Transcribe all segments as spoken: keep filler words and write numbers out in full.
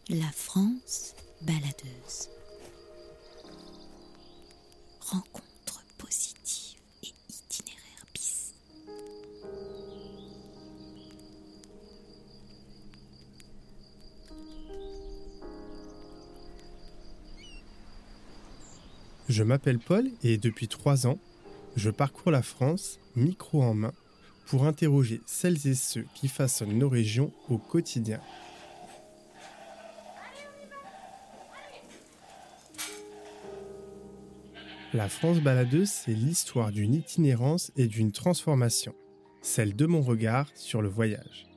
La France baladeuse. Rencontre positive et itinéraire bis. Je m'appelle Paul et depuis trois ans, je parcours la France, micro en main, pour interroger celles et ceux qui façonnent nos régions au quotidien. La France baladeuse, c'est l'histoire d'une itinérance et d'une transformation, celle de mon regard sur le voyage.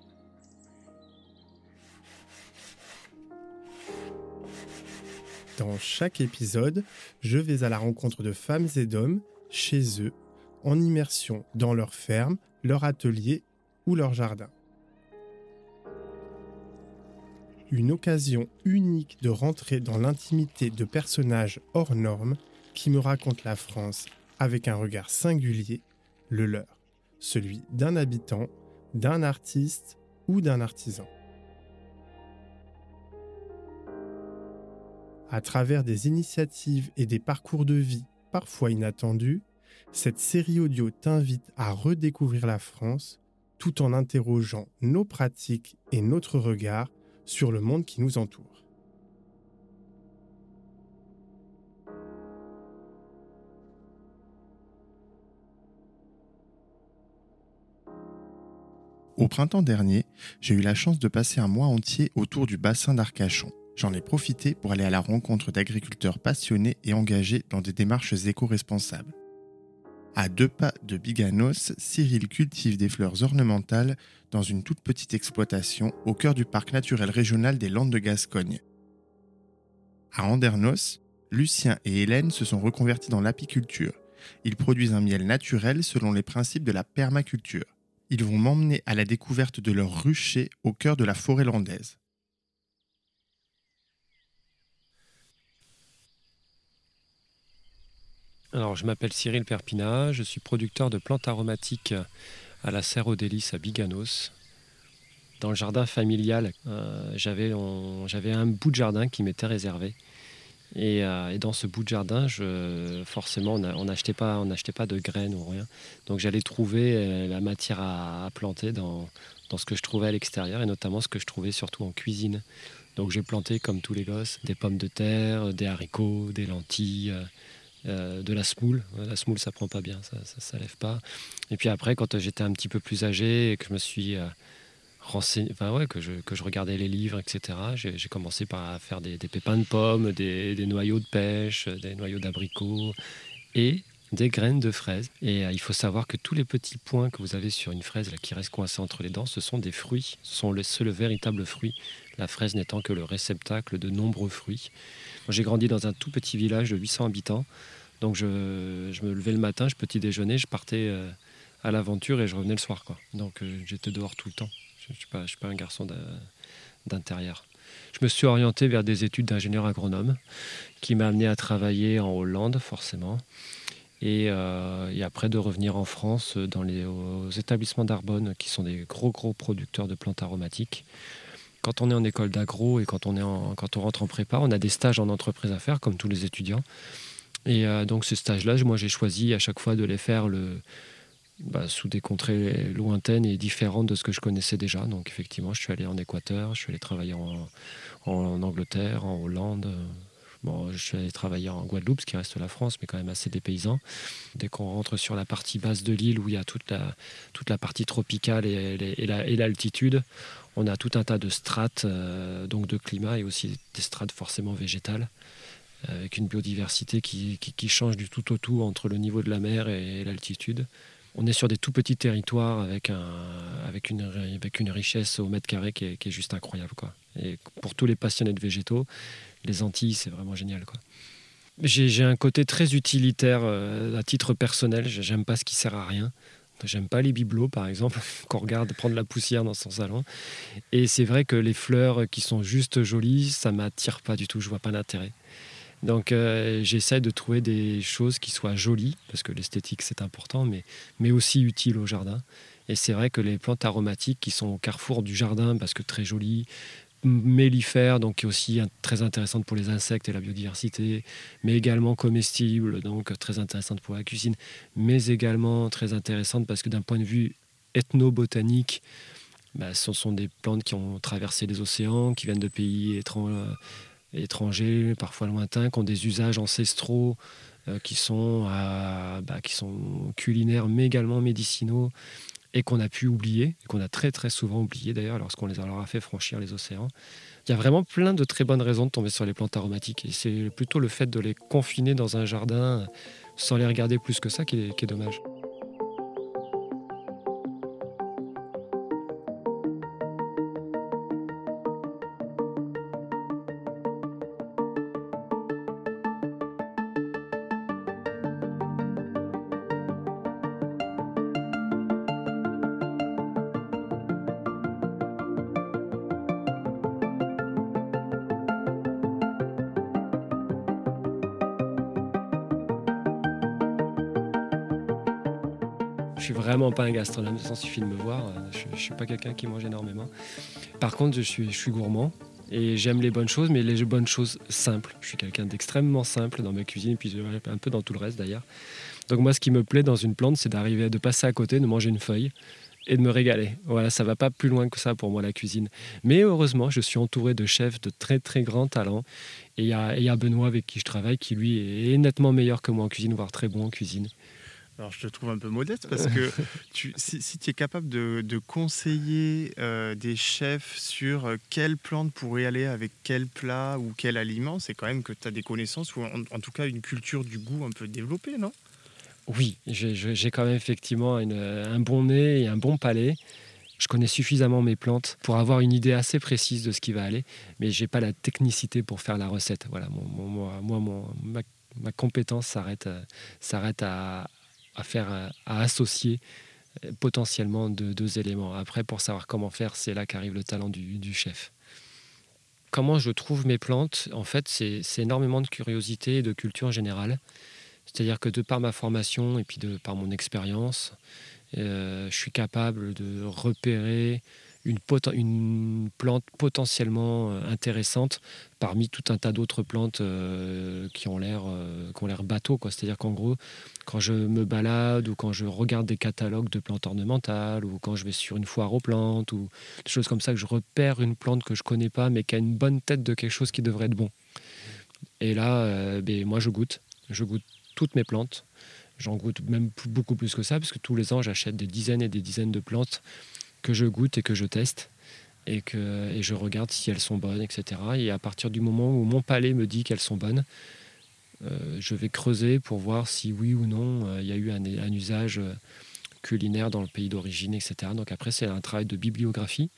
Dans chaque épisode, je vais à la rencontre de femmes et d'hommes, chez eux, en immersion dans leur ferme, leur atelier ou leur jardin. Une occasion unique de rentrer dans l'intimité de personnages hors normes qui me racontent la France avec un regard singulier, le leur, celui d'un habitant, d'un artiste ou d'un artisan. À travers des initiatives et des parcours de vie parfois inattendus, cette série audio t'invite à redécouvrir la France tout en interrogeant nos pratiques et notre regard sur le monde qui nous entoure. Au printemps dernier, j'ai eu la chance de passer un mois entier autour du bassin d'Arcachon. J'en ai profité pour aller à la rencontre d'agriculteurs passionnés et engagés dans des démarches éco-responsables. À deux pas de Biganos, Cyril cultive des fleurs ornementales dans une toute petite exploitation au cœur du parc naturel régional des Landes de Gascogne. À Andernos, Lucien et Hélène se sont reconvertis dans l'apiculture. Ils produisent un miel naturel selon les principes de la permaculture. Ils vont m'emmener à la découverte de leur rucher au cœur de la forêt landaise. Alors, je m'appelle Cyril Perpina, je suis producteur de plantes aromatiques à la Serre aux Délices à Biganos. Dans le jardin familial, euh, j'avais, on, j'avais un bout de jardin qui m'était réservé. Et, euh, et dans ce bout de jardin, je, forcément, on n'achetait pas, on n'achetait pas de graines ou rien. Donc j'allais trouver euh, la matière à, à planter dans, dans ce que je trouvais à l'extérieur, et notamment ce que je trouvais surtout en cuisine. Donc j'ai planté, comme tous les gosses, des pommes de terre, des haricots, des lentilles, euh, de la semoule. La semoule, ça prend pas bien, ça, ça, ça lève pas. Et puis après, quand j'étais un petit peu plus âgé et que je me suis... Euh, Renseign... Enfin, ouais, que, je, que je regardais les livres, et cetera. J'ai, j'ai commencé par faire des, des pépins de pommes, des, des noyaux de pêche, des noyaux d'abricots et des graines de fraises. Et euh, il faut savoir que tous les petits points que vous avez sur une fraise là, qui restent coincés entre les dents, ce sont des fruits, ce sont le, c'est le véritable fruit, la fraise n'étant que le réceptacle de nombreux fruits. Moi, j'ai grandi dans un tout petit village de huit cents habitants, donc je, je me levais le matin, je petit déjeuner, je partais euh, à l'aventure et je revenais le soir, quoi. Donc euh, j'étais dehors tout le temps. Je ne suis pas, je suis pas un garçon d'intérieur. Je me suis orienté vers des études d'ingénieur agronome qui m'a amené à travailler en Hollande, forcément. Et, euh, et après de revenir en France dans les, aux établissements d'Arbonne, qui sont des gros, gros producteurs de plantes aromatiques. Quand on est en école d'agro et quand on, est en, quand on rentre en prépa, on a des stages en entreprise à faire, comme tous les étudiants. Et euh, donc ces stages-là, moi j'ai choisi à chaque fois de les faire le... Bah, sous des contrées lointaines et différentes de ce que je connaissais déjà. Donc effectivement, je suis allé en Équateur, je suis allé travailler en, en Angleterre, en Hollande. Bon, je suis allé travailler en Guadeloupe, ce qui reste la France, mais quand même assez dépaysant. Dès qu'on rentre sur la partie basse de l'île, où il y a toute la, toute la partie tropicale et, et, et, la, et l'altitude, on a tout un tas de strates, euh, donc de climat, et aussi des strates forcément végétales, avec une biodiversité qui, qui, qui change du tout au tout entre le niveau de la mer et, et l'altitude. On est sur des tout petits territoires avec, un, avec, une, avec une richesse au mètre carré qui est, qui est juste incroyable, quoi. Et pour tous les passionnés de végétaux, les Antilles, c'est vraiment génial, quoi. J'ai, j'ai un côté très utilitaire euh, à titre personnel. J'aime pas ce qui sert à rien. J'aime pas les bibelots, par exemple, qu'on regarde prendre la poussière dans son salon. Et c'est vrai que les fleurs qui sont juste jolies, ça m'attire pas du tout. Je vois pas l'intérêt. Donc euh, j'essaie de trouver des choses qui soient jolies, parce que l'esthétique c'est important, mais, mais aussi utiles au jardin. Et c'est vrai que les plantes aromatiques qui sont au carrefour du jardin, parce que très jolies, mellifère, donc qui est aussi très intéressante pour les insectes et la biodiversité, mais également comestible, donc très intéressante pour la cuisine, mais également très intéressante parce que d'un point de vue ethnobotanique, bah, ce sont des plantes qui ont traversé les océans, qui viennent de pays étran- étrangers, parfois lointains, qui ont des usages ancestraux, euh, qui sont, à, bah, qui sont culinaires, mais également médicinaux, et qu'on a pu oublier, et qu'on a très très souvent oublié d'ailleurs lorsqu'on les a, leur a fait franchir les océans. Il y a vraiment plein de très bonnes raisons de tomber sur les plantes aromatiques, et c'est plutôt le fait de les confiner dans un jardin sans les regarder plus que ça qui est, qui est dommage. Je suis vraiment pas un gastronome, il suffit de me voir. Je, je suis pas quelqu'un qui mange énormément. Par contre, je suis, je suis gourmand et j'aime les bonnes choses, mais les bonnes choses simples. Je suis quelqu'un d'extrêmement simple dans ma cuisine, et puis un peu dans tout le reste d'ailleurs. Donc moi, ce qui me plaît dans une plante, c'est d'arriver, de passer à côté, de manger une feuille et de me régaler. Voilà, ça va pas plus loin que ça pour moi la cuisine. Mais heureusement, je suis entouré de chefs de très très grands talents. Et il y a, y a Benoît avec qui je travaille, qui lui est nettement meilleur que moi en cuisine, voire très bon en cuisine. Alors, je te trouve un peu modeste parce que tu, si, si tu es capable de, de conseiller euh, des chefs sur euh, quelle plante pourrait aller avec quel plat ou quel aliment, c'est quand même que tu as des connaissances ou en, en tout cas une culture du goût un peu développée, non ? Oui, j'ai, j'ai quand même effectivement une, un bon nez et un bon palais. Je connais suffisamment mes plantes pour avoir une idée assez précise de ce qui va aller, mais je n'ai pas la technicité pour faire la recette. Voilà, mon, mon, moi, mon, ma, ma compétence s'arrête, s'arrête à à faire, à associer potentiellement deux, deux éléments. Après, pour savoir comment faire, c'est là qu'arrive le talent du, du chef. Comment je trouve mes plantes ? En fait, c'est, c'est énormément de curiosité et de culture générale. C'est-à-dire que de par ma formation et puis de par mon expérience, euh, je suis capable de repérer une, poten- une plante potentiellement intéressante parmi tout un tas d'autres plantes euh, qui ont l'air, euh, qui ont l'air bateau, quoi. C'est-à-dire qu'en gros, quand je me balade ou quand je regarde des catalogues de plantes ornementales ou quand je vais sur une foire aux plantes ou des choses comme ça, que je repère une plante que je connais pas mais qui a une bonne tête de quelque chose qui devrait être bon. Et là, euh, ben, moi, je goûte. Je goûte toutes mes plantes. J'en goûte même beaucoup plus que ça parce que tous les ans, j'achète des dizaines et des dizaines de plantes que je goûte et que je teste et que et je regarde si elles sont bonnes, et cetera. Et à partir du moment où mon palais me dit qu'elles sont bonnes, euh, je vais creuser pour voir si oui ou non il euh, y a eu un, un usage culinaire dans le pays d'origine, et cetera. Donc après, c'est un travail de bibliographie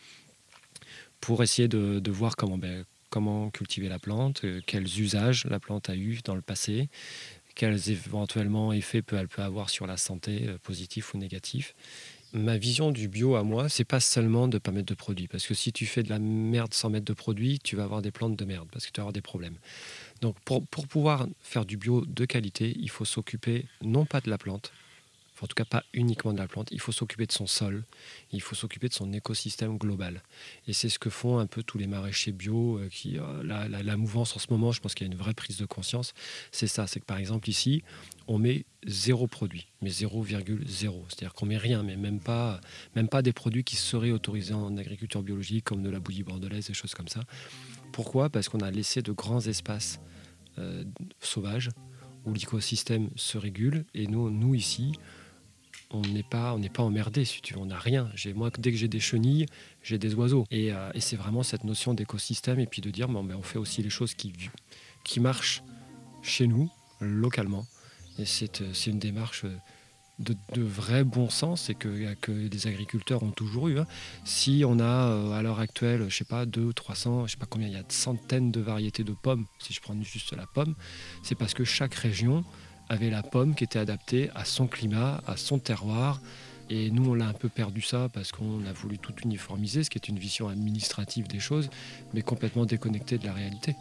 pour essayer de, de voir comment, ben, comment cultiver la plante, euh, quels usages la plante a eu dans le passé, quels éventuellement effets peut, elle peut avoir sur la santé, euh, positifs ou négatifs. Ma vision du bio à moi, c'est pas seulement de ne pas mettre de produits. Parce que si tu fais de la merde sans mettre de produits, tu vas avoir des plantes de merde, parce que tu vas avoir des problèmes. Donc pour, pour pouvoir faire du bio de qualité, il faut s'occuper non pas de la plante, en tout cas pas uniquement de la plante, il faut s'occuper de son sol, il faut s'occuper de son écosystème global. Et c'est ce que font un peu tous les maraîchers bio. Euh, qui, euh, la, la, la mouvance en ce moment, je pense qu'il y a une vraie prise de conscience, c'est ça, c'est que par exemple ici, on met zéro produit, mais zéro virgule zéro. C'est-à-dire qu'on met rien, mais même pas, même pas des produits qui seraient autorisés en agriculture biologique, comme de la bouillie bordelaise, des choses comme ça. Pourquoi ? Parce qu'on a laissé de grands espaces euh, sauvages où l'écosystème se régule, et nous, nous ici, on n'est pas, on n'est pas emmerdé, si tu veux, on n'a rien. J'ai, moi, dès que j'ai des chenilles, j'ai des oiseaux. Et, euh, et c'est vraiment cette notion d'écosystème, et puis de dire, bon, ben, on fait aussi les choses qui, qui marchent chez nous, localement. Et c'est, c'est une démarche de, de vrai bon sens et que, que les agriculteurs ont toujours eu. Hein. Si on a, à l'heure actuelle, je sais pas, deux ou trois cents, je sais pas combien, il y a de centaines de variétés de pommes, si je prends juste la pomme, c'est parce que chaque région avait la pomme qui était adaptée à son climat, à son terroir. Et nous, on l'a un peu perdu ça parce qu'on a voulu tout uniformiser, ce qui est une vision administrative des choses, mais complètement déconnectée de la réalité.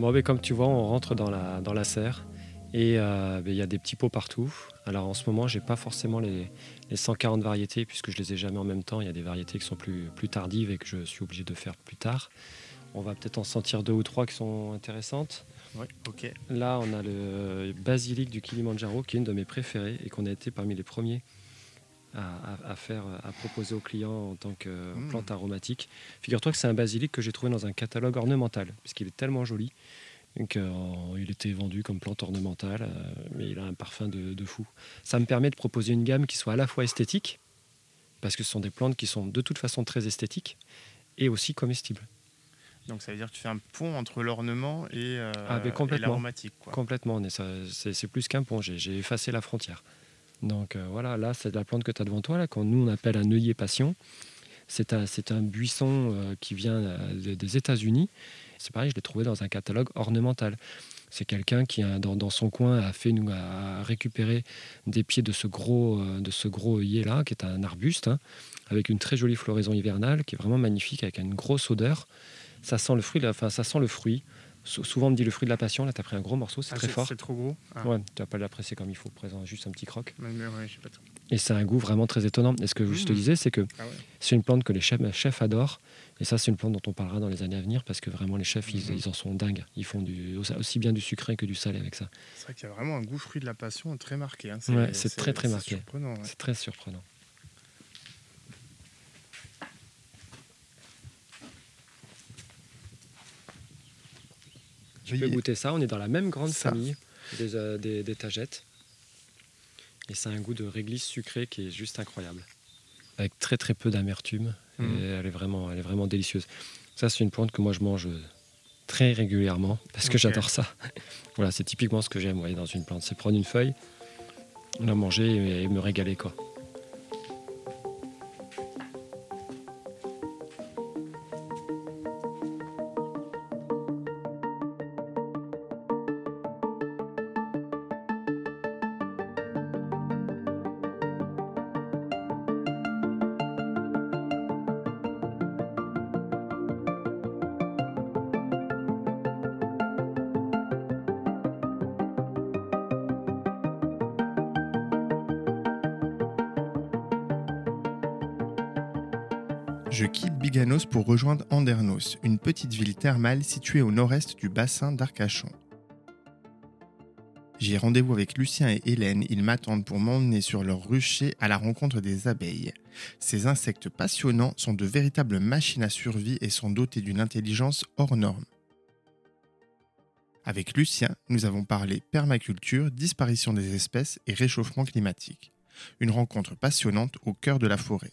Bon, mais comme tu vois, on rentre dans la, dans la serre et euh, ben, y a des petits pots partout. Alors en ce moment, j'ai pas forcément les, les cent quarante variétés puisque je les ai jamais en même temps. Il y a des variétés qui sont plus, plus tardives et que je suis obligé de faire plus tard. On va peut-être en sentir deux ou trois qui sont intéressantes. Ouais, ok. Là, on a le basilic du Kilimandjaro qui est une de mes préférées et qu'on a été parmi les premiers à, à, à faire, à proposer aux clients en tant que mmh. plante aromatique. Figure-toi que c'est un basilic que j'ai trouvé dans un catalogue ornemental puisqu'il est tellement joli. Donc, euh, il était vendu comme plante ornementale, euh, mais il a un parfum de, de fou. Ça me permet de proposer une gamme qui soit à la fois esthétique, parce que ce sont des plantes qui sont de toute façon très esthétiques, et aussi comestibles. Donc ça veut dire que tu fais un pont entre l'ornement et, euh, ah, et l'aromatique. Quoi. Complètement, ça, c'est, c'est plus qu'un pont, j'ai, j'ai effacé la frontière. Donc euh, voilà, là c'est de la plante que tu as devant toi, là, qu'on nous on appelle un œillet passion. C'est un, c'est un buisson euh, qui vient euh, des États-Unis. C'est pareil, je l'ai trouvé dans un catalogue ornemental. C'est quelqu'un qui, a, dans, dans son coin, a, fait, nous, a récupéré des pieds de ce gros, euh, de ce gros œillet-là, qui est un arbuste, hein, avec une très jolie floraison hivernale, qui est vraiment magnifique, avec une grosse odeur. Ça sent le fruit, enfin, ça sent le fruit. Souvent, on me dit le fruit de la passion. Là, tu as pris un gros morceau, c'est ah, très c'est, fort. C'est trop gros. Ah. Ouais, tu vas pas l'apprécier comme il faut, présent, juste un petit croc. Mais, mais ouais, je sais pas trop. Et c'est un goût vraiment très étonnant. Et ce que mmh. je te disais, c'est que ah ouais. c'est une plante que les chefs, chefs adorent. Et ça, c'est une plante dont on parlera dans les années à venir parce que vraiment, les chefs, mmh. ils, ils en sont dingues. Ils font du, aussi bien du sucré que du salé avec ça. C'est vrai qu'il y a vraiment un goût fruit de la passion très marqué. Hein. C'est, ouais, c'est, c'est très, très c'est marqué. Surprenant, ouais. C'est très surprenant. Tu peux goûter ça, on est dans la même grande ça. famille des, euh, des, des tagettes. Et c'est un goût de réglisse sucrée qui est juste incroyable. Avec très très peu d'amertume. Mmh. Et elle est, vraiment, elle est vraiment délicieuse. Ça, c'est une plante que moi je mange très régulièrement parce que okay. j'adore ça. Voilà, c'est typiquement ce que j'aime ouais, dans une plante. C'est prendre une feuille, la manger et, et me régaler, quoi. Je quitte Biganos pour rejoindre Andernos, une petite ville thermale située au nord-est du bassin d'Arcachon. J'ai rendez-vous avec Lucien et Hélène, ils m'attendent pour m'emmener sur leur rucher à la rencontre des abeilles. Ces insectes passionnants sont de véritables machines à survie et sont dotés d'une intelligence hors norme. Avec Lucien, nous avons parlé permaculture, disparition des espèces et réchauffement climatique. Une rencontre passionnante au cœur de la forêt.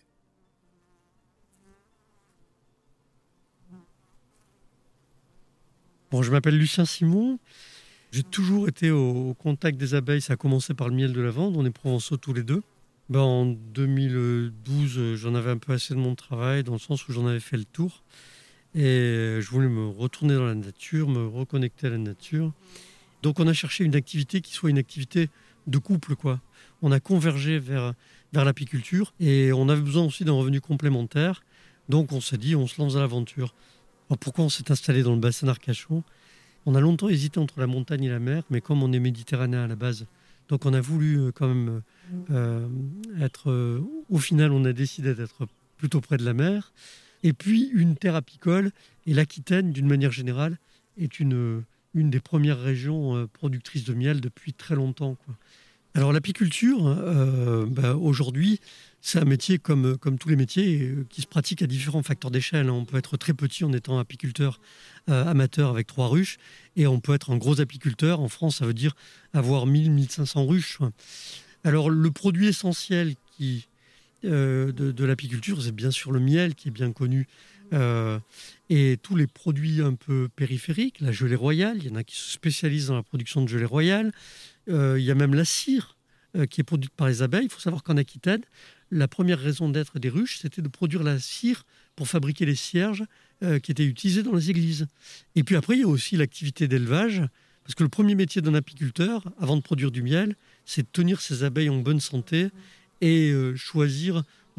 Bon, je m'appelle Lucien Simon. J'ai toujours été au contact des abeilles. Ça a commencé par le miel de lavande. On est provençaux tous les deux. Ben, en deux mille douze, j'en avais un peu assez de mon travail, dans le sens où j'en avais fait le tour. Et je voulais me retourner dans la nature, me reconnecter à la nature. Donc on a cherché une activité qui soit une activité de couple, quoi. On a convergé vers, vers l'apiculture et on avait besoin aussi d'un revenu complémentaire. Donc on s'est dit, on se lance à l'aventure. Alors pourquoi on s'est installé dans le bassin d'Arcachon ? On a longtemps hésité entre la montagne et la mer, mais comme on est méditerranéen à la base, donc on a voulu quand même euh, être... Euh, au final, on a décidé d'être plutôt près de la mer. Et puis, une terre apicole, et l'Aquitaine, d'une manière générale, est une, une des premières régions euh, productrices de miel depuis très longtemps, quoi. Alors l'apiculture, euh, bah, aujourd'hui, c'est un métier comme, comme tous les métiers euh, qui se pratique à différents facteurs d'échelle. On peut être très petit en étant apiculteur euh, amateur avec trois ruches et on peut être un gros apiculteur. En France, ça veut dire avoir mille à mille cinq cents ruches. Alors le produit essentiel qui, euh, de, de l'apiculture, c'est bien sûr le miel qui est bien connu euh, et tous les produits un peu périphériques, la gelée royale. Il y en a qui se spécialisent dans la production de gelée royale. Euh, il y a même la cire euh, qui est produite par les abeilles. Il faut savoir qu'en Aquitaine, la première raison d'être des ruches, c'était de produire la cire pour fabriquer les cierges euh, qui étaient utilisés dans les églises. Et puis après, il y a aussi l'activité d'élevage, parce que le premier métier d'un apiculteur, avant de produire du miel, c'est de tenir ses abeilles en bonne santé et euh, choisir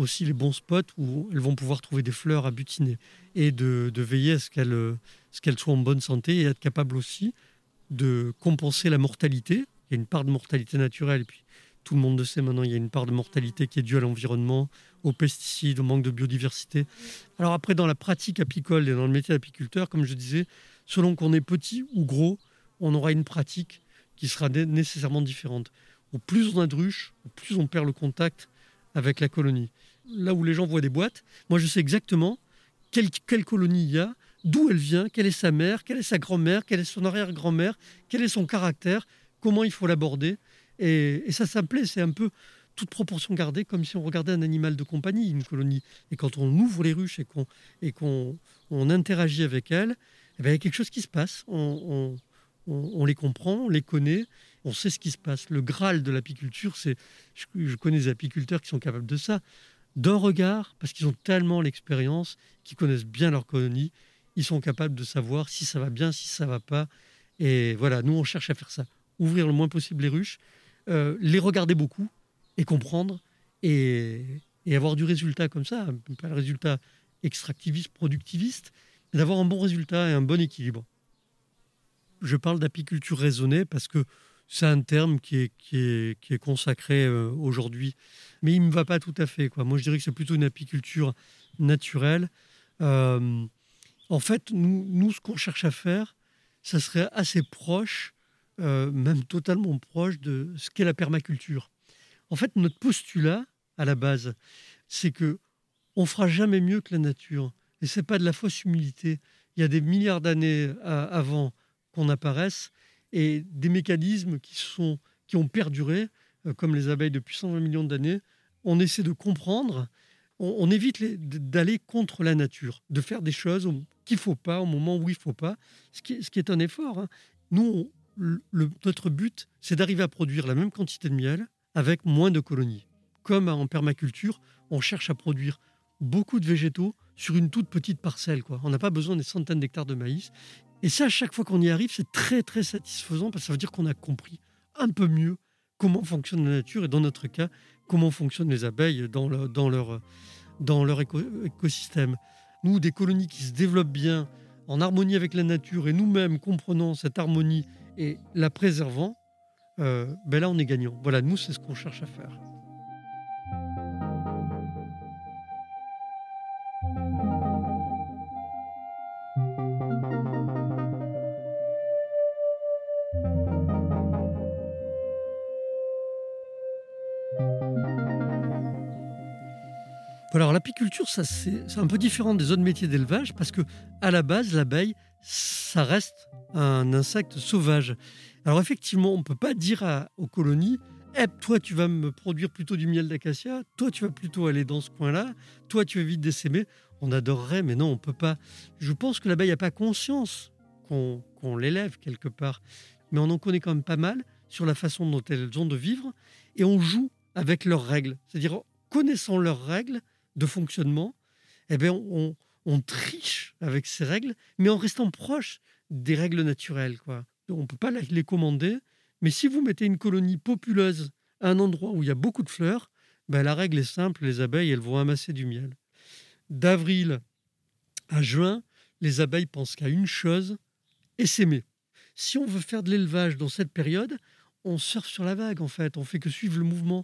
aussi les bons spots où elles vont pouvoir trouver des fleurs à butiner et de, de veiller à ce qu'elles, ce qu'elles soient en bonne santé et être capables aussi de compenser la mortalité. Il y a une part de mortalité naturelle et puis tout le monde le sait maintenant, il y a une part de mortalité qui est due à l'environnement, aux pesticides, au manque de biodiversité. Alors après, dans la pratique apicole et dans le métier d'apiculteur, comme je disais, selon qu'on est petit ou gros, on aura une pratique qui sera nécessairement différente. Au plus on a de ruches, au plus on perd le contact avec la colonie. Là où les gens voient des boîtes, moi je sais exactement quelle, quelle colonie il y a, d'où elle vient, quelle est sa mère, quelle est sa grand-mère, quelle est son arrière-grand-mère, quel est son caractère, comment il faut l'aborder. Et, et ça, ça me plaît, c'est un peu toute proportion gardée, comme si on regardait un animal de compagnie, une colonie. Et quand on ouvre les ruches et qu'on, et qu'on on interagit avec elles, eh bien, il y a quelque chose qui se passe. On, on, on, on les comprend, on les connaît, on sait ce qui se passe. Le Graal de l'apiculture, c'est, je, je connais des apiculteurs qui sont capables de ça, d'un regard, parce qu'ils ont tellement l'expérience, qu'ils connaissent bien leur colonie, ils sont capables de savoir si ça va bien, si ça va pas. Et voilà, nous, on cherche à faire ça. Ouvrir le moins possible les ruches, euh, les regarder beaucoup et comprendre et, et avoir du résultat comme ça, pas le résultat extractiviste, productiviste, mais d'avoir un bon résultat et un bon équilibre. Je parle d'apiculture raisonnée parce que c'est un terme qui est, qui est, qui est consacré euh, aujourd'hui, mais il ne me va pas tout à fait, quoi. Moi, je dirais que c'est plutôt une apiculture naturelle. Euh, en fait, nous, nous, ce qu'on cherche à faire, ça serait assez proche, euh, même totalement proche de ce qu'est la permaculture. En fait, notre postulat, à la base, c'est que on fera jamais mieux que la nature. Et c'est pas de la fausse humilité. Il y a des milliards d'années à, avant qu'on apparaisse et des mécanismes qui, sont, qui ont perduré, euh, comme les abeilles depuis cent vingt millions d'années. On essaie de comprendre, on, on évite les, d'aller contre la nature, de faire des choses qu'il ne faut pas au moment où il ne faut pas, ce qui, ce qui est un effort. Hein. Nous, on, le, notre but, c'est d'arriver à produire la même quantité de miel avec moins de colonies. Comme en permaculture, on cherche à produire beaucoup de végétaux sur une toute petite parcelle, quoi. On n'a pas besoin des centaines d'hectares de maïs. Et ça, à chaque fois qu'on y arrive, c'est très, très satisfaisant parce que ça veut dire qu'on a compris un peu mieux comment fonctionne la nature et dans notre cas, comment fonctionnent les abeilles dans, le, dans leur, dans leur éco- écosystème. Nous, des colonies qui se développent bien en harmonie avec la nature et nous-mêmes comprenant cette harmonie et la préservant, euh, ben là, on est gagnant. Voilà, nous, c'est ce qu'on cherche à faire. Alors l'apiculture, ça, c'est, c'est un peu différent des autres métiers d'élevage parce que à la base, l'abeille, ça reste un insecte sauvage. Alors effectivement, on ne peut pas dire à, aux colonies hey, « toi, tu vas me produire plutôt du miel d'acacia, toi, tu vas plutôt aller dans ce coin-là, toi, tu vas vite d'essaimer ». On adorerait, mais non, on ne peut pas. Je pense que l'abeille n'a pas conscience qu'on, qu'on l'élève quelque part, mais on en connaît quand même pas mal sur la façon dont elles ont de vivre et on joue avec leurs règles. C'est-à-dire, connaissant leurs règles, de fonctionnement, eh bien on, on triche avec ces règles, mais en restant proche des règles naturelles, quoi. On ne peut pas les commander, mais si vous mettez une colonie populeuse à un endroit où il y a beaucoup de fleurs, ben la règle est simple, les abeilles elles vont amasser du miel. D'avril à juin, les abeilles pensent qu'à une chose, essaimer. Si on veut faire de l'élevage dans cette période, on surfe sur la vague en fait, on fait que suivre le mouvement.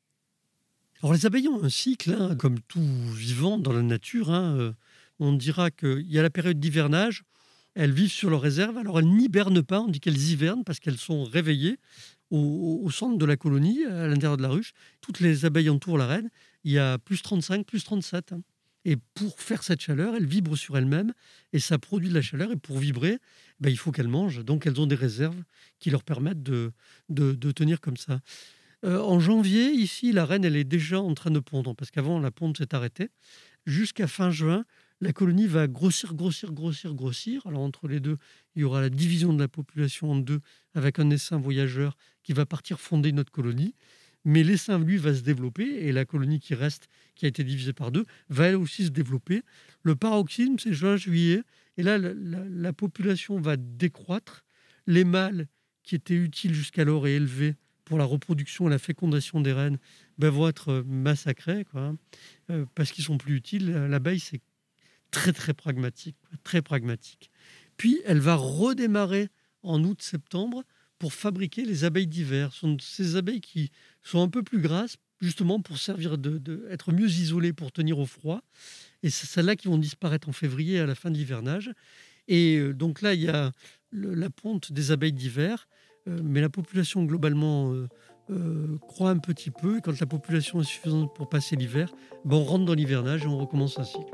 Alors les abeilles ont un cycle, hein, comme tout vivant dans la nature. Hein, euh, on dira qu'il y a la période d'hivernage, elles vivent sur leur réserve. Alors elles n'hibernent pas, on dit qu'elles hivernent parce qu'elles sont réveillées au, au centre de la colonie, à l'intérieur de la ruche. Toutes les abeilles entourent la reine. Il y a plus trente-cinq, plus trente-sept. Hein. Et pour faire cette chaleur, elles vibrent sur elles-mêmes et ça produit de la chaleur. Et pour vibrer, ben, il faut qu'elles mangent. Donc elles ont des réserves qui leur permettent de, de, de tenir comme ça. Euh, en janvier, ici, la reine, elle est déjà en train de pondre, parce qu'avant, la ponte s'est arrêtée. Jusqu'à fin juin, la colonie va grossir, grossir, grossir, grossir. Alors, entre les deux, il y aura la division de la population en deux, avec un essaim voyageur qui va partir fonder une autre colonie. Mais l'essaim, lui, va se développer, et la colonie qui reste, qui a été divisée par deux, va elle aussi se développer. Le paroxysme, c'est juin, juillet, et là, la, la, la population va décroître. Les mâles, qui étaient utiles jusqu'alors et élevés, pour la reproduction et la fécondation des reines, ben, vont être massacrés, quoi, euh, parce qu'ils sont plus utiles. L'abeille, c'est très très pragmatique, quoi, très pragmatique. Puis elle va redémarrer en août-septembre pour fabriquer les abeilles d'hiver. Ce sont ces abeilles qui sont un peu plus grasses, justement pour servir de, de être mieux isolées pour tenir au froid. Et c'est celles-là qui vont disparaître en février à la fin de l'hivernage. Et euh, donc là, il y a le, la ponte des abeilles d'hiver, euh, mais la population globalement euh, euh, croît un petit peu. Et quand la population est suffisante pour passer l'hiver, ben, on rentre dans l'hivernage et on recommence un cycle.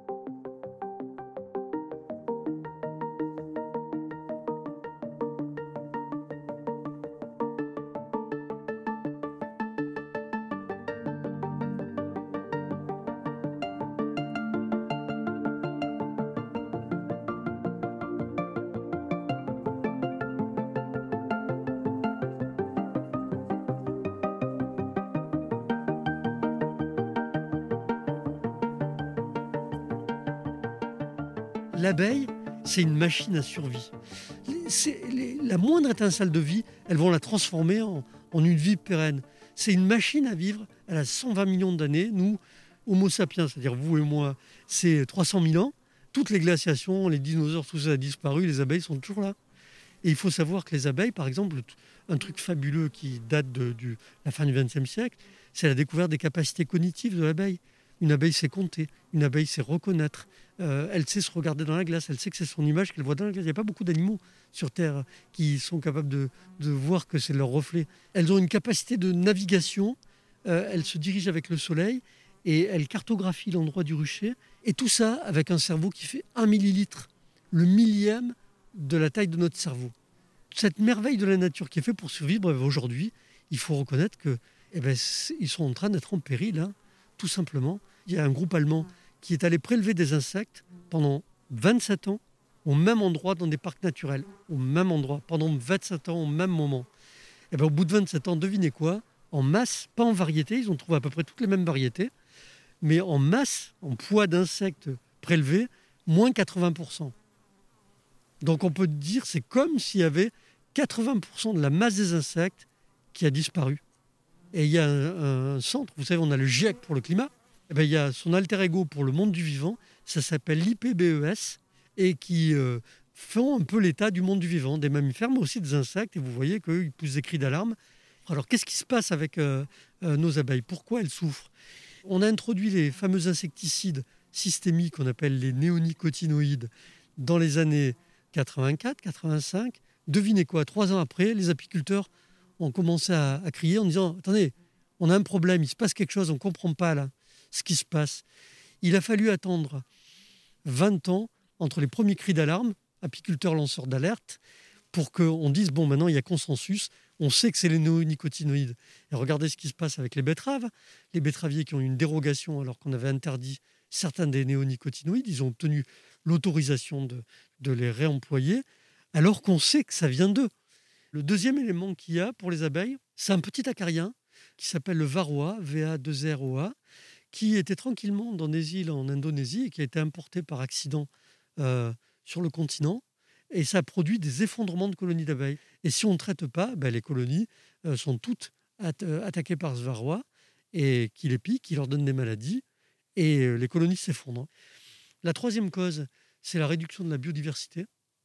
L'abeille, c'est une machine à survie. C'est, les, la moindre étincelle de vie, elles vont la transformer en, en une vie pérenne. C'est une machine à vivre, elle a cent vingt millions d'années. Nous, Homo sapiens, c'est-à-dire vous et moi, c'est trois cent mille ans. Toutes les glaciations, les dinosaures, tout ça a disparu, les abeilles sont toujours là. Et il faut savoir que les abeilles, par exemple, un truc fabuleux qui date de, de la fin du vingtième siècle, c'est la découverte des capacités cognitives de l'abeille. Une abeille sait compter, une abeille sait reconnaître, euh, elle sait se regarder dans la glace, elle sait que c'est son image qu'elle voit dans la glace. Il n'y a pas beaucoup d'animaux sur Terre qui sont capables de, de voir que c'est leur reflet. Elles ont une capacité de navigation, euh, elles se dirigent avec le soleil et elles cartographient l'endroit du rucher. Et tout ça avec un cerveau qui fait un millilitre, le millième de la taille de notre cerveau. Cette merveille de la nature qui est faite pour survivre, aujourd'hui, il faut reconnaître que, eh ben, ils sont en train d'être en péril, hein, tout simplement. Il y a un groupe allemand qui est allé prélever des insectes pendant vingt-sept ans au même endroit dans des parcs naturels, au même endroit, pendant vingt-sept ans, au même moment. Et bien, au bout de vingt-sept ans, devinez quoi ? En masse, pas en variété, ils ont trouvé à peu près toutes les mêmes variétés, mais en masse, en poids d'insectes prélevés, moins quatre-vingts pour cent. Donc on peut dire c'est comme s'il y avait quatre-vingts pour cent de la masse des insectes qui a disparu. Et il y a un, un centre, vous savez, on a le GIEC pour le climat, et bien, il y a son alter ego pour le monde du vivant, ça s'appelle l'I P B E S, et qui euh, font un peu l'état du monde du vivant, des mammifères, mais aussi des insectes, et vous voyez qu'ils poussent des cris d'alarme. Alors qu'est-ce qui se passe avec euh, euh, nos abeilles ? Pourquoi elles souffrent ? On a introduit les fameux insecticides systémiques qu'on appelle les néonicotinoïdes dans les années quatre-vingt-quatre quatre-vingt-cinq. Devinez quoi ? Trois ans après, les apiculteurs ont commencé à, à crier en disant « Attendez, on a un problème, il se passe quelque chose, on ne comprend pas là ce qui se passe ». Il a fallu attendre vingt ans entre les premiers cris d'alarme, apiculteurs lanceurs d'alerte, pour qu'on dise « Bon, maintenant il y a consensus, on sait que c'est les néonicotinoïdes ». Et regardez ce qui se passe avec les betteraves. Les betteraviers qui ont eu une dérogation alors qu'on avait interdit certains des néonicotinoïdes, ils ont obtenu l'autorisation de, de les réemployer, alors qu'on sait que ça vient d'eux. Le deuxième élément qu'il y a pour les abeilles, c'est un petit acarien qui s'appelle le varroa, V A deux R O A, qui était tranquillement dans des îles en Indonésie et qui a été importé par accident euh, sur le continent. Et ça produit des effondrements de colonies d'abeilles. Et si on ne traite pas, ben, les colonies euh, sont toutes at- attaquées par ce varroa et qui les pique, qui leur donne des maladies et euh, les colonies s'effondrent. La troisième cause, c'est la réduction de la biodiversité.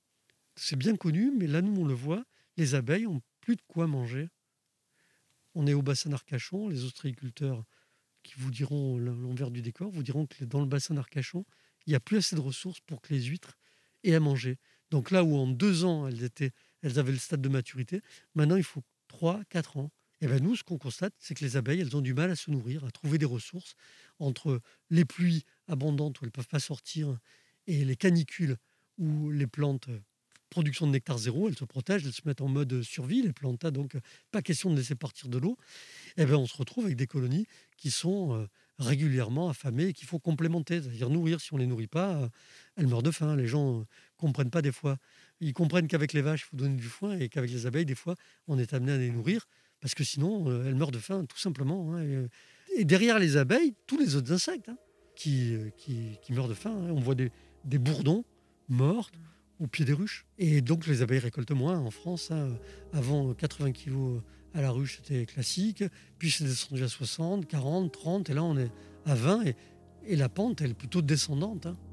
C'est bien connu, mais là, nous, on le voit, les abeilles ont plus de quoi manger. On est au bassin d'Arcachon, les ostréiculteurs qui vous diront l'envers du décor, vous diront que dans le bassin d'Arcachon, il n'y a plus assez de ressources pour que les huîtres aient à manger. Donc là où en deux ans, elles, étaient, elles avaient le stade de maturité, maintenant il faut trois, quatre ans. Et bien nous, ce qu'on constate, c'est que les abeilles, elles ont du mal à se nourrir, à trouver des ressources entre les pluies abondantes où elles ne peuvent pas sortir et les canicules où les plantes, production de nectar zéro, elles se protègent, elles se mettent en mode survie, les plantes, donc pas question de laisser partir de l'eau. Et bien on se retrouve avec des colonies qui sont régulièrement affamées et qu'il faut complémenter, c'est-à-dire nourrir. Si on ne les nourrit pas, elles meurent de faim. Les gens ne comprennent pas des fois. Ils comprennent qu'avec les vaches, il faut donner du foin et qu'avec les abeilles, des fois, on est amené à les nourrir parce que sinon, elles meurent de faim, tout simplement. Et derrière les abeilles, tous les autres insectes hein, qui, qui, qui meurent de faim. Hein. On voit des, des bourdons morts au pied des ruches. Et donc, les abeilles récoltent moins en France. Hein. Avant, quatre-vingts kilos À la ruche, c'était classique. Puis c'est descendu à soixante, quarante, trente. Et là, on est à vingt. Et, et la pente, elle est plutôt descendante. Hein.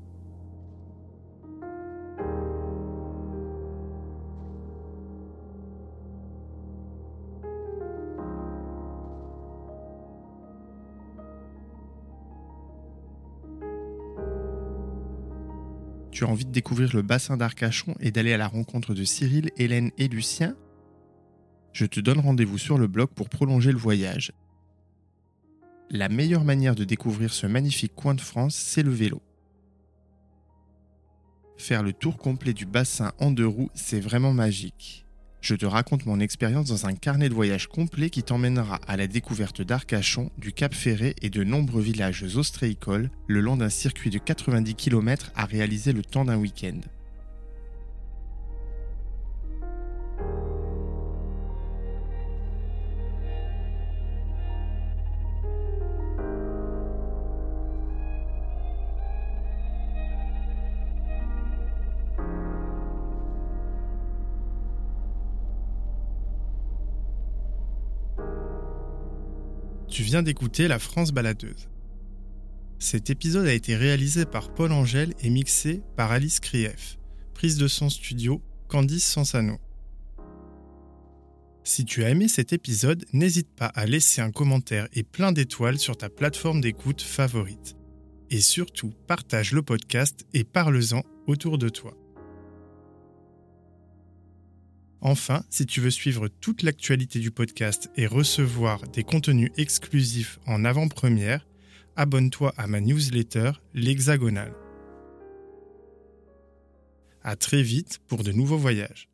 Tu as envie de découvrir le bassin d'Arcachon et d'aller à la rencontre de Cyril, Hélène et Lucien ? Je te donne rendez-vous sur le blog pour prolonger le voyage. La meilleure manière de découvrir ce magnifique coin de France, c'est le vélo. Faire le tour complet du bassin en deux roues, c'est vraiment magique. Je te raconte mon expérience dans un carnet de voyage complet qui t'emmènera à la découverte d'Arcachon, du Cap Ferret et de nombreux villages ostréicoles le long d'un circuit de quatre-vingt-dix kilomètres à réaliser le temps d'un week-end. Tu viens d'écouter La France baladeuse. Cet épisode a été réalisé par Paul Angèle et mixé par Alice Krief. Prise de son studio, Candice Sansano. Si tu as aimé cet épisode, n'hésite pas à laisser un commentaire et plein d'étoiles sur ta plateforme d'écoute favorite. Et surtout, partage le podcast et parle-en autour de toi. Enfin, si tu veux suivre toute l'actualité du podcast et recevoir des contenus exclusifs en avant-première, abonne-toi à ma newsletter, l'Hexagonale. À très vite pour de nouveaux voyages.